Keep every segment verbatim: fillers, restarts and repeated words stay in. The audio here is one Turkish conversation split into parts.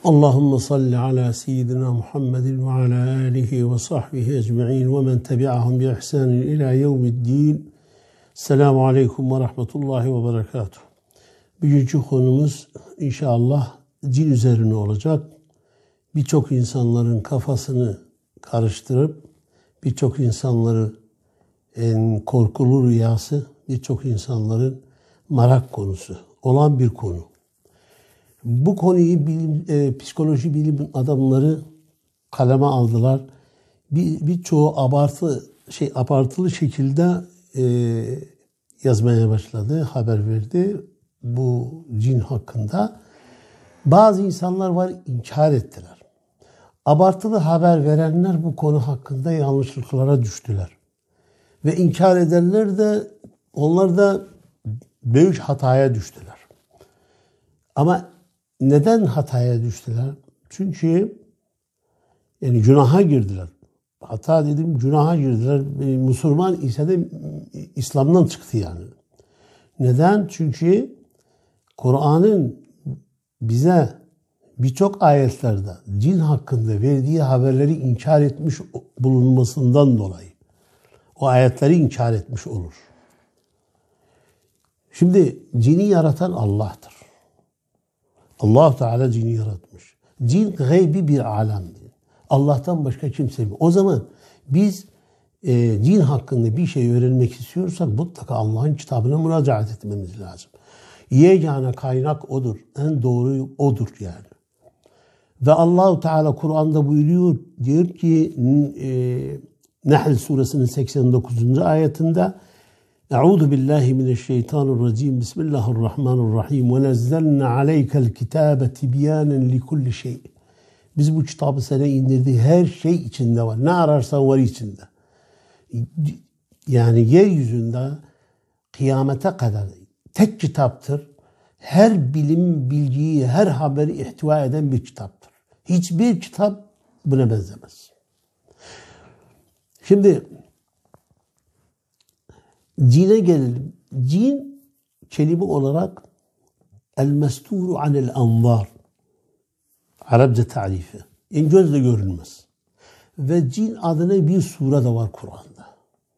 Allahümme salli ala seyyidina Muhammedin ve ala alihi ve sahbihi ecma'in ve men tebi'ahum bi ihsanin ila yevmiddin. Selamun aleyküm ve rahmetullahi ve berekatuhu. Bugünkü konumuz inşallah cin üzerine olacak. Birçok insanların kafasını karıştırıp birçok insanları en korkulu rüyası, birçok insanların merak konusu olan bir konu. Bu konuyu bilim, e, psikoloji bilim adamları kaleme aldılar. Bir birçoğu abartı şey abartılı şekilde e, yazmaya başladı, haber verdi bu cin hakkında. Bazı insanlar var inkar ettiler. Abartılı haber verenler bu konu hakkında yanlışlıklara düştüler. Ve inkar edenler de onlar da büyük hataya düştüler. Ama neden hataya düştüler? Çünkü yani günaha girdiler. Hata dedim, günaha girdiler. Müslüman ise de İslam'dan çıktı yani. Neden? Çünkü Kur'an'ın bize birçok ayetlerde cin hakkında verdiği haberleri inkar etmiş bulunmasından dolayı o ayetleri inkar etmiş olur. Şimdi cini yaratan Allah'tır. Allah Teala cini yaratmış. Cin gaybi bir alemdir. Allah'tan başka kimse yok. O zaman biz e, cin hakkında bir şey öğrenmek istiyorsak mutlaka Allah'ın kitabına müracaat etmemiz lazım. Yegane kaynak odur. En doğru odur yani. Ve Allah Teala Kur'an'da buyuruyor, diyor ki e, Nahl suresinin seksen dokuzuncu ayetinde Euzu billahi mineşşeytanirracim. Bismillahirrahmanirrahim. Ve nezzelna aleykel kitabe tibyanen likulli şey. Biz bu kitabı sana indirdik. Her şey içinde var. Ne ararsan var içinde. Yani yeryüzünde kıyamete kadar tek kitaptır. Her bilim, bilgiyi, her haberi ihtiva eden bir kitaptır. Hiçbir kitap buna benzemez. Şimdi cine gelelim. Cin kelime olarak el-mesturu anel anvar. Arapça tarifi. Yani gözle görünmez. Ve cin adına bir sure de var Kur'an'da.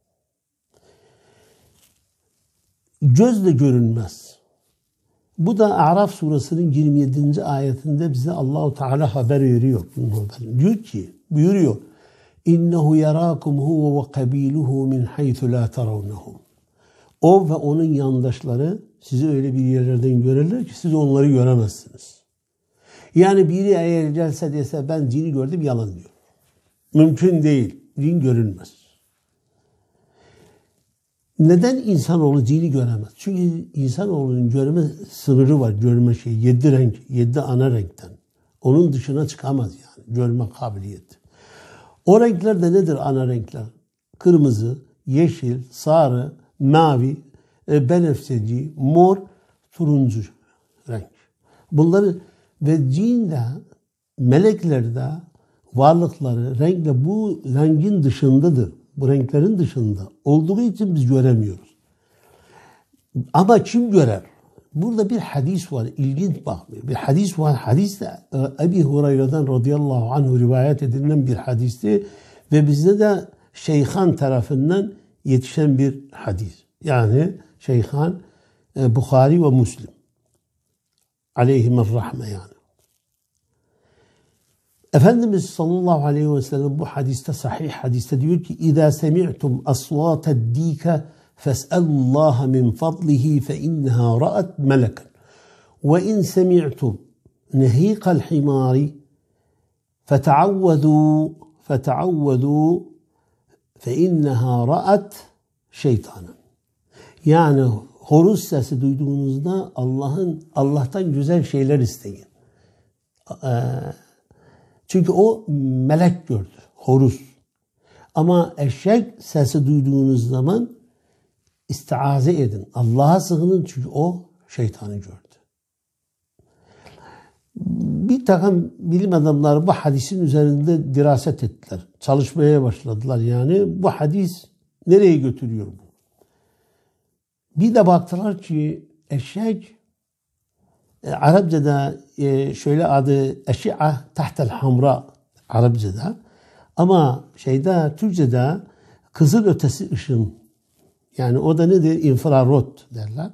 Gözle görünmez. Bu da A'raf suresinin yirmi yedinci ayetinde bize Allahu Teala haber veriyor. Diyor ki, buyuruyor. İnnehu yarakum huve ve kabiluhu min haythu la tarawnahum. O ve onun yandaşları sizi öyle bir yerlerden görürler ki siz onları göremezsiniz. Yani biri eğer gelse dese ben cini gördüm, yalan diyor. Mümkün değil. Cin görünmez. Neden insanoğlu cini göremez? Çünkü insanoğlunun görme sınırı var. Görme şeyi. Yedi renk, yedi ana renkten. Onun dışına çıkamaz yani. Görme kabiliyeti. O renkler de nedir ana renkler? Kırmızı, yeşil, sarı, mavi, benefseci, mor, turuncu renk. Bunları ve cinde, meleklerde varlıkları renkle bu rengin dışındadır. Bu renklerin dışında olduğu için biz göremiyoruz. Ama kim görer? Burada bir hadis var. İlginç bakmıyor. Bir hadis var. Hadis de Ebu Hureyre'den radıyallahu anh rivayet edilen bir hadisti ve bizde de Şeyhan tarafından yetişen bir hadis. Yani Şeyhan Bukhari ve Müslim. Aleyhimerrahme yani. Efendimiz sallallahu aleyhi ve sellem bu hadiste, sahih hadiste diyor ki İzâ semi'tum asvâted dîke fes'elullâhe min fadlihi fe innehâ ra'at meleken ve in semi'tum nehîkal himâri feteavvedû feteavvedû fe innehâ ra'at şeytanen. Yani horoz sesi duyduğunuzda Allah'ın Allah'tan güzel şeyler isteyin. Ee, Çünkü o melek gördü. Horuz. Ama eşek sesi duyduğunuz zaman istiaze edin. Allah'a sığının çünkü o şeytanı gördü. Bir takım bilim adamları bu hadisin üzerinde diraset ettiler. Çalışmaya başladılar yani. Bu hadis nereye götürüyor bu? Bir de baktılar ki eşek E, Arapçada e, şöyle adı eşi'a tahtel hamra Arapçada. Ama şeyde Türkçe'de kızıl ötesi ışın. Yani o da nedir? İnfrarot derler.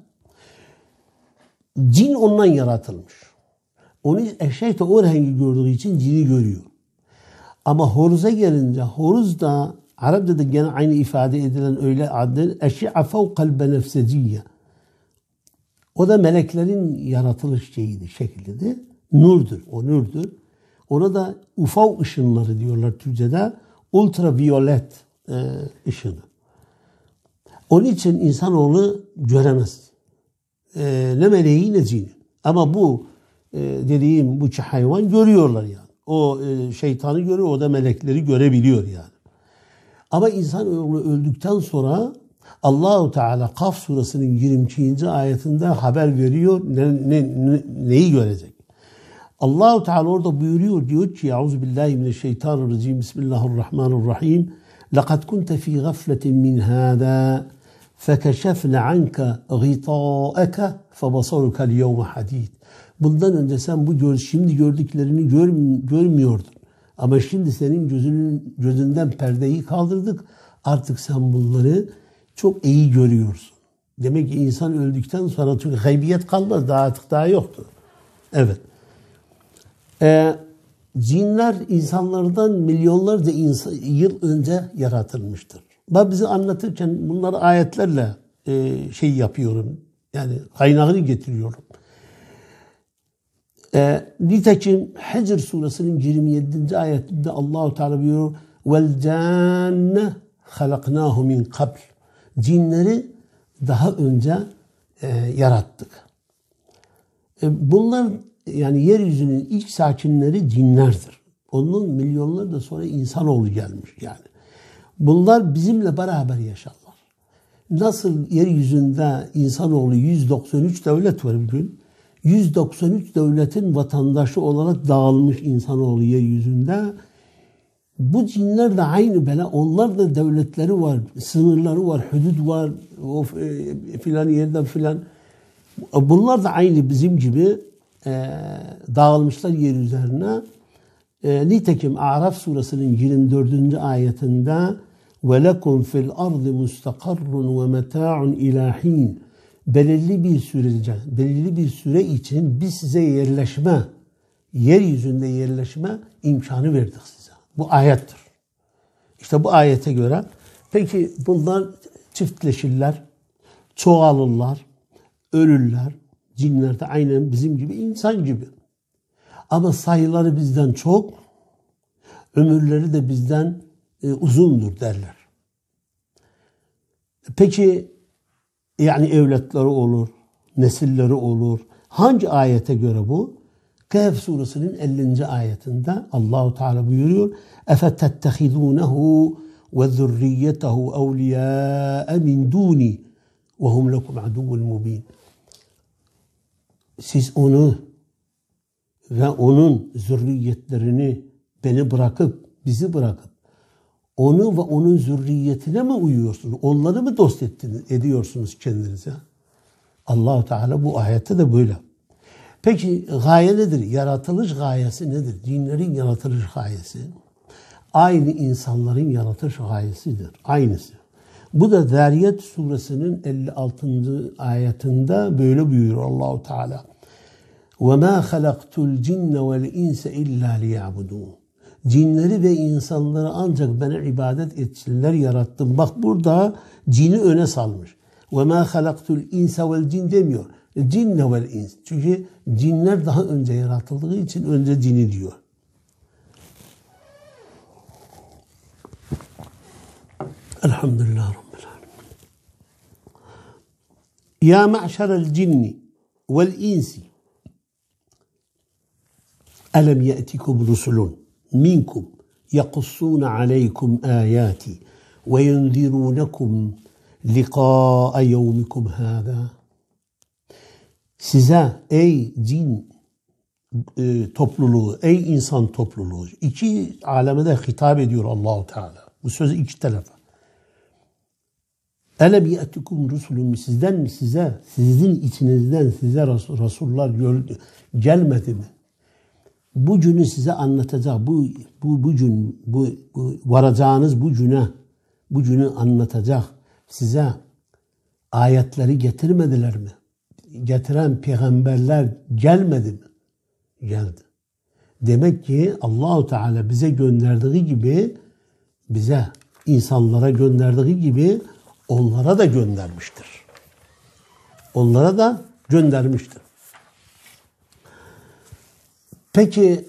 Cin ondan yaratılmış. Onu eşek de o rengi gördüğü için cini görüyor. Ama horuza gelince horuz da Arapçada gene aynı ifade edilen öyle adı eşi'a fevkal benefseciyye. O da meleklerin yaratılış şeyiydi, şeklidir. Nurdur, o nurdur. Ona da U V ışınları diyorlar Türkçe'de. Ultraviyolet e, ışını. Onun için insanoğlu göremez. E, ne meleği ne cini. Ama bu e, dediğim bu hayvan görüyorlar yani. O e, şeytanı görüyor, o da melekleri görebiliyor yani. Ama insanoğlu öldükten sonra Allah-u Teala Kaf suresinin yirmi ikinci ayetinde haber veriyor ne, ne, ne, neyi görecek. Allah-u Teala orada buyuruyor, diyor ki Euzubillahimineşşeytanirracim Bismillahirrahmanirrahim لَقَدْ كُنْتَ ف۪ي غَفْلَةٍ مِنْ هَذَا فَكَشَفْنَ عَنْكَ غِطَاءَكَ فَبَصَرُكَ الْيَوْمَ حَد۪يدٍ. Bundan önce sen bu gör, şimdi gördüklerini gör, görmüyordun. Ama şimdi senin gözünün, gözünden perdeyi kaldırdık. Artık sen bunları çok iyi görüyorsun. Demek ki insan öldükten sonra çünkü gaybiyet kalmaz. Daha artık daha yoktur. Evet. Ee, cinler insanlardan milyonlarca insan, yıl önce yaratılmıştır. Ben bizi anlatırken bunları ayetlerle e, şey yapıyorum. Yani kaynağını getiriyorum. E, nitekim Hicr suresinin yirmi yedinci ayetinde Allah-u Teala buyuruyor vel canne halaknahu min qabl. Cinleri daha önce e, yarattık. E, bunlar yani yeryüzünün ilk sakinleri cinlerdir. Onun milyonlar da sonra insanoğlu gelmiş yani. Bunlar bizimle beraber yaşarlar. Nasıl yeryüzünde insanoğlu yüz doksan üç devlet var bugün. yüz doksan üç devletin vatandaşı olarak dağılmış insanoğlu yeryüzünde. Bu cinler de aynı böyle. Onlar da devletleri var, sınırları var, hudud var, o filan yerden filan. Bunlar da aynı bizim gibi e, dağılmışlar yer üzerine. E, nitekim A'raf suresinin yirmi dördüncü ayetinde وَلَكُمْ فِي الْأَرْضِ مُسْتَقَرٌ وَمَتَاعٌ اِلَى حِينٍ belirli bir sürece, belirli bir süre için biz size yerleşme, yeryüzünde yerleşme imkanı verdik size. Bu ayettir. İşte bu ayete göre peki bunlar çiftleşirler, çoğalırlar, ölürler. Cinler de aynen bizim gibi, insan gibi. Ama sayıları bizden çok, ömürleri de bizden e, uzundur derler. Peki yani evlatları olur, nesilleri olur. Hangi ayete göre bu? Kehf suresinin ellinci ayetinde Allah-u Teala buyuruyor. اَفَتَتَّخِذُونَهُ وَذُرِّيَّتَهُ اَوْلِيَاءَ مِنْ دُونِي وَهُمْ لَكُمْ عَدُوٌ مُب۪ينٌ. Siz onu ve onun zürriyetlerini beni bırakıp, bizi bırakıp, onu ve onun zürriyetine mi uyuyorsunuz? Onları mı dost ettiniz, ediyorsunuz kendinize? Allah-u Teala bu ayette de böyle. Peki gaye nedir? Yaratılış gayesi nedir? Cinlerin yaratılış gayesi aynı insanların yaratılış gayesidir. Aynısı. Bu da Zariyat suresinin elli altıncı ayetinde böyle buyuruyor Allah-u Teala. وَمَا خَلَقْتُ الْجِنَّ وَالْاِنْسَ اِلَّا لِيَعْبُدُونَ. Cinleri ve insanları ancak bana ibadet etsinler yarattım. Bak burada cini öne salmış. وَمَا خَلَقْتُ الْاِنْسَ وَالْجِنْ demiyor. Cinne وَالْاِنْسِ. Çünkü cinler daha önce yaratıldığı için önce cini diyor. Elhamdülillah Rabbil Alemin. Ya ma'şerel cinni vel insi elem ye'tikum rusulun minkum yakussuna aleykum ayati ve yunzirunekum liqa'a yevmikum hâzâ. Size ey cin e, topluluğu, ey insan topluluğu, iki aleme de hitap ediyor Allah-u Teala. Bu sözü iki tarafa. Elem ye'tikum rusulun, sizden mi size, sizin içinizden size Resullar gelmedi mi? Bu günü size anlatacak, bu bu bu gün, bu, bu varacağınız bu güne, bu günü anlatacak size ayetleri getirmediler mi? Getiren peygamberler gelmedi mi? Geldi. Demek ki Allahu Teala bize gönderdiği gibi, bize insanlara gönderdiği gibi onlara da göndermiştir. Onlara da göndermiştir. Peki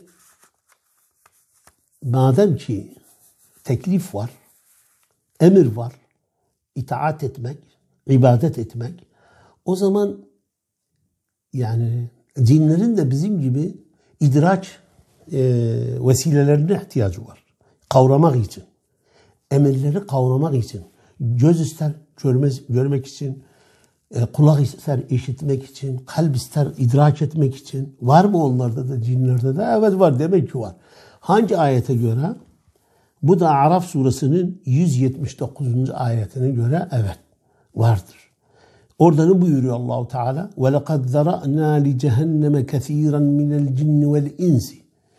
madem ki teklif var, emir var, itaat etmek, ibadet etmek, o zaman yani cinlerin de bizim gibi idrak e, vesilelerine ihtiyacı var. Kavramak için, emirleri kavramak için, göz ister görmez, görmek için, e, kulak ister işitmek için, kalp ister idrak etmek için. Var mı onlarda da, cinlerde de? Evet var, demek ki var. Hangi ayete göre? Bu da Araf suresinin yüz yetmiş dokuzuncu ayetine göre evet vardır. Orada ne buyuruyor Allahu Teala? Ve lekad zara'na li cehenneme kesiran minel cinni vel insi.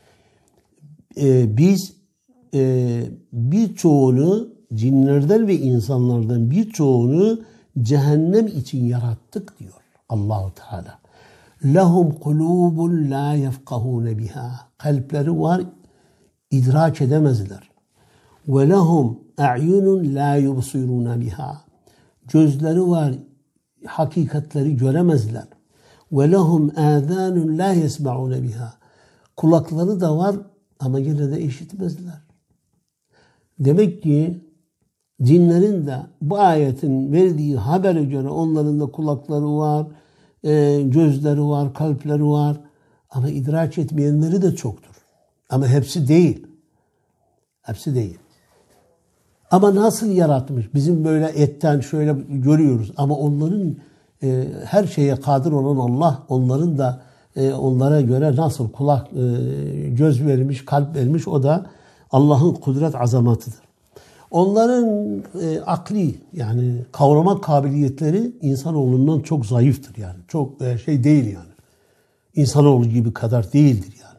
Biz e, birçoğunu, cinlerden ve insanlardan birçoğunu cehennem için yarattık diyor Allahu Teala. Lehum kulubun la yefkahun biha. Kalpleri var, idrak edemezler. Ve lehum a'yunun la yubsirun biha. Gözleri var, hakikatleri göremezler. Ve lehum âzânun lâ yesma'ûne biha. Kulakları da var ama yine de işitmezler. Demek ki cinlerin de bu ayetin verdiği habere göre onların da kulakları var, gözleri var, kalpleri var. Ama idrak etmeyenleri de çoktur. Ama hepsi değil. Hepsi değil. Ama nasıl yaratmış? Bizim böyle etten şöyle görüyoruz. Ama onların e, her şeye kadir olan Allah, onların da e, onlara göre nasıl kulak, e, göz vermiş, kalp vermiş, o da Allah'ın kudret azamatıdır. Onların e, akli, yani kavrama kabiliyetleri insanoğlundan çok zayıftır yani. Çok e, şey değil yani. İnsanoğlu gibi kadar değildir yani.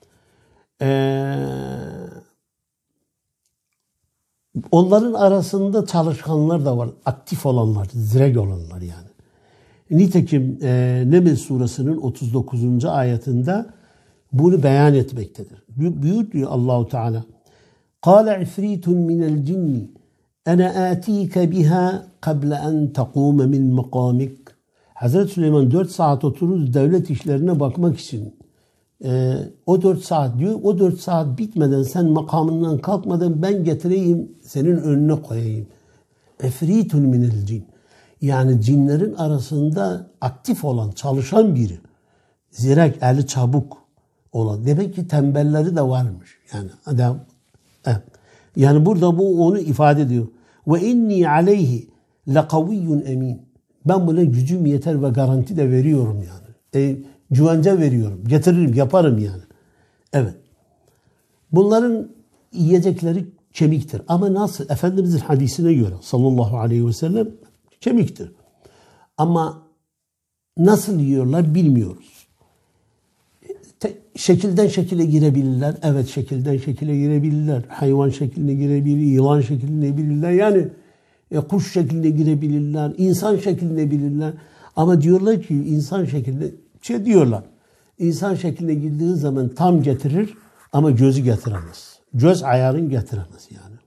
Eee Onların arasında çalışkanlar da var. Aktif olanlar, zirek olanlar yani. Nitekim e, Neml suresinin otuz dokuzuncu ayetinde bunu beyan etmektedir. Buyuruyor Allahu Teala. Kâle ifritun minel cinni ene âtîke biha kable en tekûme min makamik. Hazreti Süleyman dört saat oturur devlet işlerine bakmak için. Ee, o dört saat diyor, o dört saat bitmeden, sen makamından kalkmadan ben getireyim, senin önüne koyayım. Efritun minel cin. Yani cinlerin arasında aktif olan, çalışan biri. Zirek, eli çabuk olan. Demek ki tembelleri de varmış. Yani adam, evet. Yani burada bu onu ifade ediyor. Ve inni aleyhi lekaviyyun emin. Ben buna gücüm yeter ve garanti de veriyorum yani. E, güvence veriyorum. Getiririm, yaparım yani. Evet. Bunların yiyecekleri kemiktir. Ama nasıl? Efendimizin hadisine göre sallallahu aleyhi ve sellem kemiktir. Ama nasıl yiyorlar bilmiyoruz. Te, şekilden şekile girebilirler. Evet, şekilden şekile girebilirler. Hayvan şekline girebilir, yılan şekline girebilirler. Yani e, kuş şekline girebilirler, insan şekline girebilirler. Ama diyorlar ki insan şekline şey diyorlar. İnsan şekline girdiği zaman tam getirir ama gözü getiremez. Göz ayarını getiremez yani.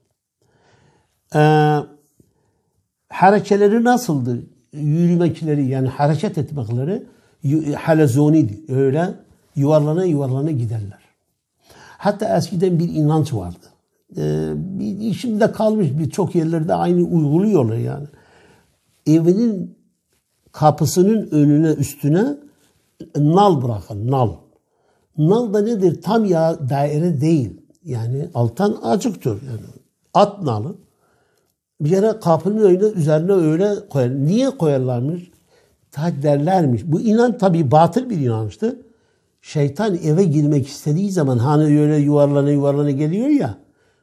Ee, harekeleri nasıldır? Yürümekleri, yani hareket etmekleri halezonidir. Öyle yuvarlana yuvarlana giderler. Hatta eskiden bir inanç vardı. Ee, bir işimde kalmış, birçok yerlerde aynı uyguluyorlar yani. Evinin kapısının önüne, üstüne nal bırakın, nal. Nal da nedir? Tam ya daire değil. Yani alttan açıktır. Yani at nalı. Bir yere kapının önüne, üzerine öyle koyar. Niye koyarlarmış? Ta derlermiş. Bu inan tabii batıl bir inançtı. Şeytan eve girmek istediği zaman hani öyle yuvarlana yuvarlana geliyor ya.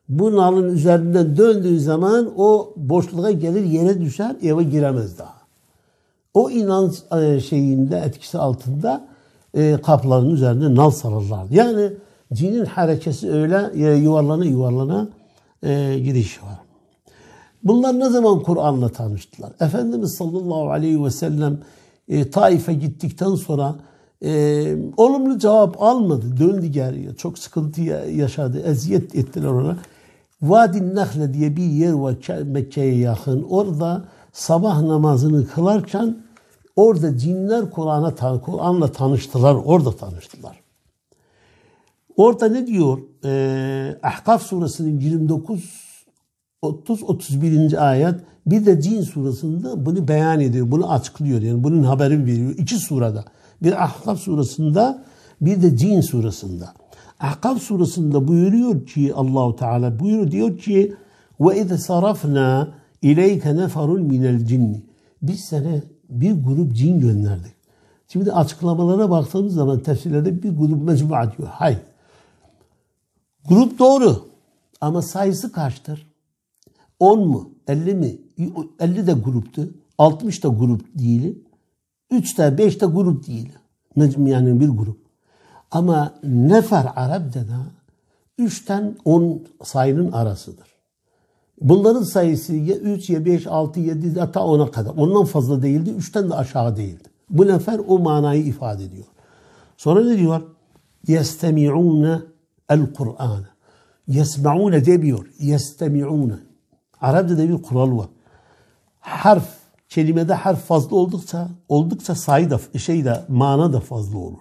Bu nalın üzerinden döndüğü zaman o boşluğa gelir, yere düşer, eve giremez daha. O inanç şeyinde, etkisi altında e, kapıların üzerinde nal sararlardı. Yani cinin hareketi öyle e, yuvarlana yuvarlana e, gidişi var. Bunlar ne zaman Kur'an'la tanıştılar? Efendimiz sallallahu aleyhi ve sellem e, Taif'e gittikten sonra e, olumlu cevap almadı. Döndü geriye. Çok sıkıntı yaşadı. Eziyet ettiler ona. Vadi Nahle diye bir yer var Mekke'ye yakın. Orada sabah namazını kılarken orada cinler Kur'an'a Kur'an'la tanıştılar. Orada tanıştılar. Orada ne diyor? Ee, Ahkaf suresinin yirmi dokuz otuz otuz birinci ayet, bir de Cin suresinde bunu beyan ediyor. Bunu açıklıyor. Yani bunun haberini veriyor. İki surada. Bir Ahkaf suresinde, bir de Cin suresinde. Ahkaf suresinde buyuruyor ki Allahu Teala buyuruyor diyor ki ve iz sarafna ileyke neferun minel cinni. Biz sana bir grup cin gönderdik. Şimdi açıklamalara baktığımız zaman tefsirlerde bir grup mecmua diyor. Hayır. Grup doğru. Ama sayısı kaçtır? on mu? elli mi? elli de gruptu. altmış da grup değil. üç de beş de grup değil. Yani bir grup. Ama nefer Arapçada üçten on sayının arasıdır. Bunların sayısı ya üç, ya beş, altı, yedi, hatta ona kadar. Ondan fazla değildi, üçten de aşağı değildi. Bu nefer o manayı ifade ediyor. Sonra ne diyor? يَسْتَمِعُونَ الْقُرْآنَ يَسْمَعُونَ demiyor. يَسْتَمِعُونَ. Arapçada bir kural var. Harf, kelimede harf fazla oldukça, oldukça sayı da, şey de, mana da fazla olur.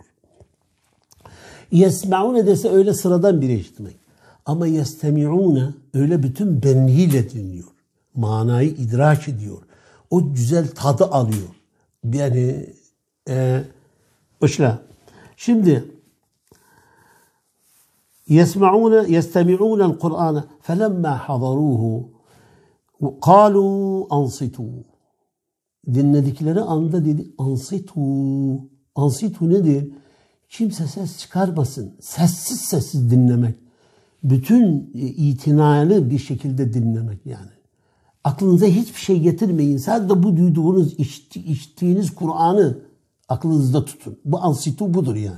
Yesmaune dese öyle sıradan bir işitmek. Ama yestemi'une öyle bütün benliğiyle dinliyor. Manayı idrak ediyor. O güzel tadı alıyor. Yani e, başla. Şimdi yesmaune yestemi'une Kur'an'a felemma hadaruhu kalu ansitu. Dinledikleri anda dedi ansitu. Ansitu nedir? Kimse ses çıkarmasın. Sessiz sessiz dinlemek. Bütün itinalı bir şekilde dinlemek yani. Aklınıza hiçbir şey getirmeyin. Sadece bu duyduğunuz, içti, içtiğiniz Kur'an'ı aklınızda tutun. Bu ansitu budur yani.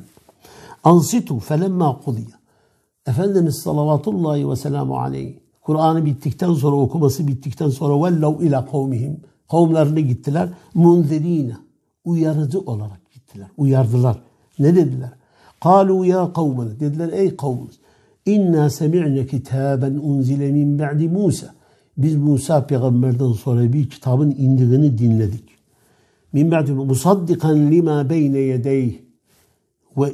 Ansitu felemma kudiye. Efendimiz salavatullahi ve selamu aleyhi. Kur'an'ı bittikten sonra, okuması bittikten sonra vellav ila kavmihim. Kavimlerine gittiler. Munzirine. Uyarıcı olarak gittiler. Uyardılar. Ne dediler? Kalu ya kavmena. Dediler ey kavmimiz. İnna semi'ne kitaben unzile min ba'di Musa. Biz Musa peygamberden sonra bir kitabın indiğini dinledik. Min ba'di musaddikan lima beyne yedeyh. Ve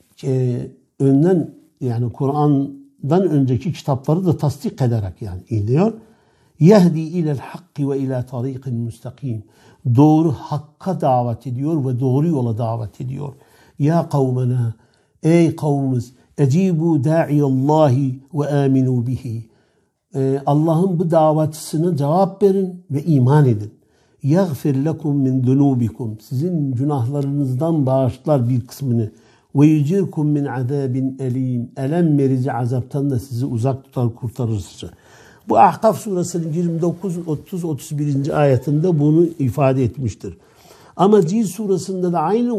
e, önden yani Kur'an'dan önceki kitapları da tasdik ederek yani iniyor. Yehdi ilel hakki ve ila tariqin müstakim. Doğru hakka davet ediyor ve doğru yola davet ediyor. Ya kavmena, ey kavmimiz, ecibu da'iyallahi ve aminu bihi. Ee, Allah'ın bu davetçisine cevap verin ve iman edin. Yaghfir lekum min zunubikum. Sizin günahlarınızdan bağışlar bir kısmını. Ve yucirkum min azabin elim. Elem verici azaptan da sizi uzak tutar, kurtarır sizi. Bu Ahkaf suresinin yirmi dokuz otuz otuz birinci ayetinde bunu ifade etmiştir. Ama Cin suresinde de aynı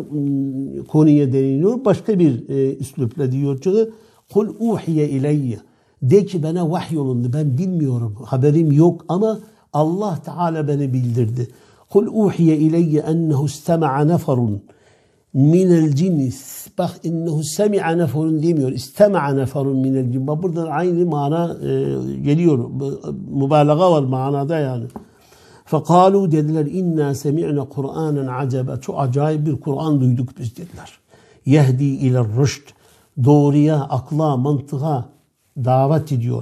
konuya değiniyor. Başka bir e, üslupla diyor ki kul uhiye ileyye. De ki bana vahyolundu. Ben bilmiyorum. Haberim yok ama Allah Teala beni bildirdi. Kul uhiye ileyye ennehu istema'a neferun minel cinni. Bak ennehu semi'a neferun demiyor. İstema'a neferun minel cinni. Bak burada aynı mana e, geliyor. Mübalağa var manada yani. فَقَالُوا dediler inna semi'ne Kur'anen acaba. Çok acayip bir Kur'an duyduk biz dediler. Yehdi ile rüşt. Doğruya, akla, mantığa davet ediyor.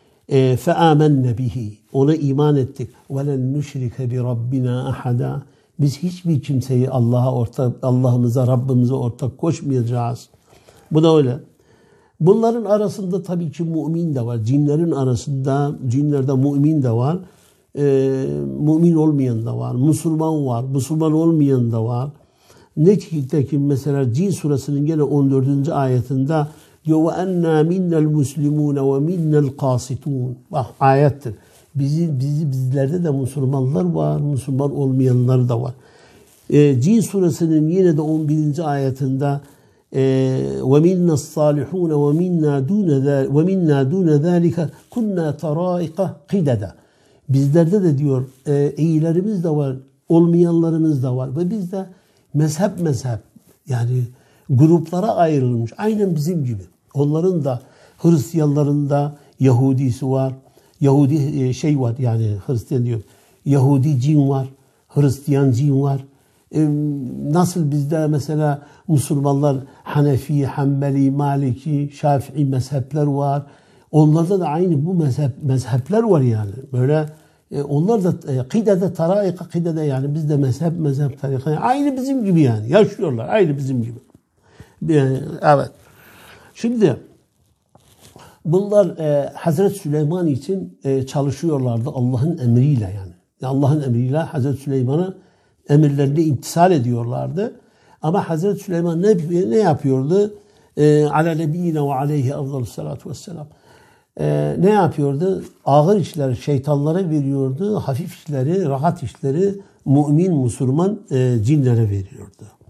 E, فَآمَنَّ bihi. Ona iman ettik. وَلَنْ نُشْرِكَ بِرَبِّنَا أَحَدًا. Biz hiçbir kimseyi Allah'a ortak, Allah'ımıza, Rabbimize ortak koşmayacağız. Bu da öyle. Bunların arasında tabii ki mümin de var. Cinlerin arasında, cinlerde mümin de var. E, mümin olmayan da var. Müslüman var. Müslüman olmayan da var. Nitekim mesela Cin suresinin gene on dördüncü ayetinde Diyor ve enna minnel muslimun ve minnel kasitun. Bak ayettir. Bizi, bizi bizlerde de Müslümanlar var, Müslüman olmayanlar da var. E, Cin suresinin yine de on birinci ayetinde ve minna salihun ve minna dune ve minna dune zalika kunna taraika qidada. Bizlerde de diyor e, iyilerimiz de var, olmayanlarımız da var ve biz de mezhep mezhep yani gruplara ayrılmış. Aynen bizim gibi. Onların da Hristiyanların da Yahudisi var. Yahudi şey var yani Hristiyan diyor. Yahudi cin var. Hristiyan cin var. Ee, nasıl bizde mesela Müslümanlar Hanefi, Hanbeli, Maliki, Şafii mezhepler var. Onlarda da aynı bu mezhep, mezhepler var yani. Böyle e, onlar da e, kıdede, taraika kıdede yani bizde mezhep, mezhep, tarika. Yani aynı bizim gibi yani. Yaşıyorlar. Aynı bizim gibi. Yani, evet. Şimdi bunlar e, Hazreti Süleyman için e, çalışıyorlardı Allah'ın emriyle yani. yani Allah'ın emriyle Hazreti Süleyman'a emirlerine imtisal ediyorlardı. Ama Hazreti Süleyman ne, ne yapıyordu? E, Ala nebiyyine ve aleyhi afdalus salatu vesselam. E, ne yapıyordu? Ağır işleri şeytanlara veriyordu. Hafif işleri, rahat işleri mümin, Müslüman e, cinlere veriyordu.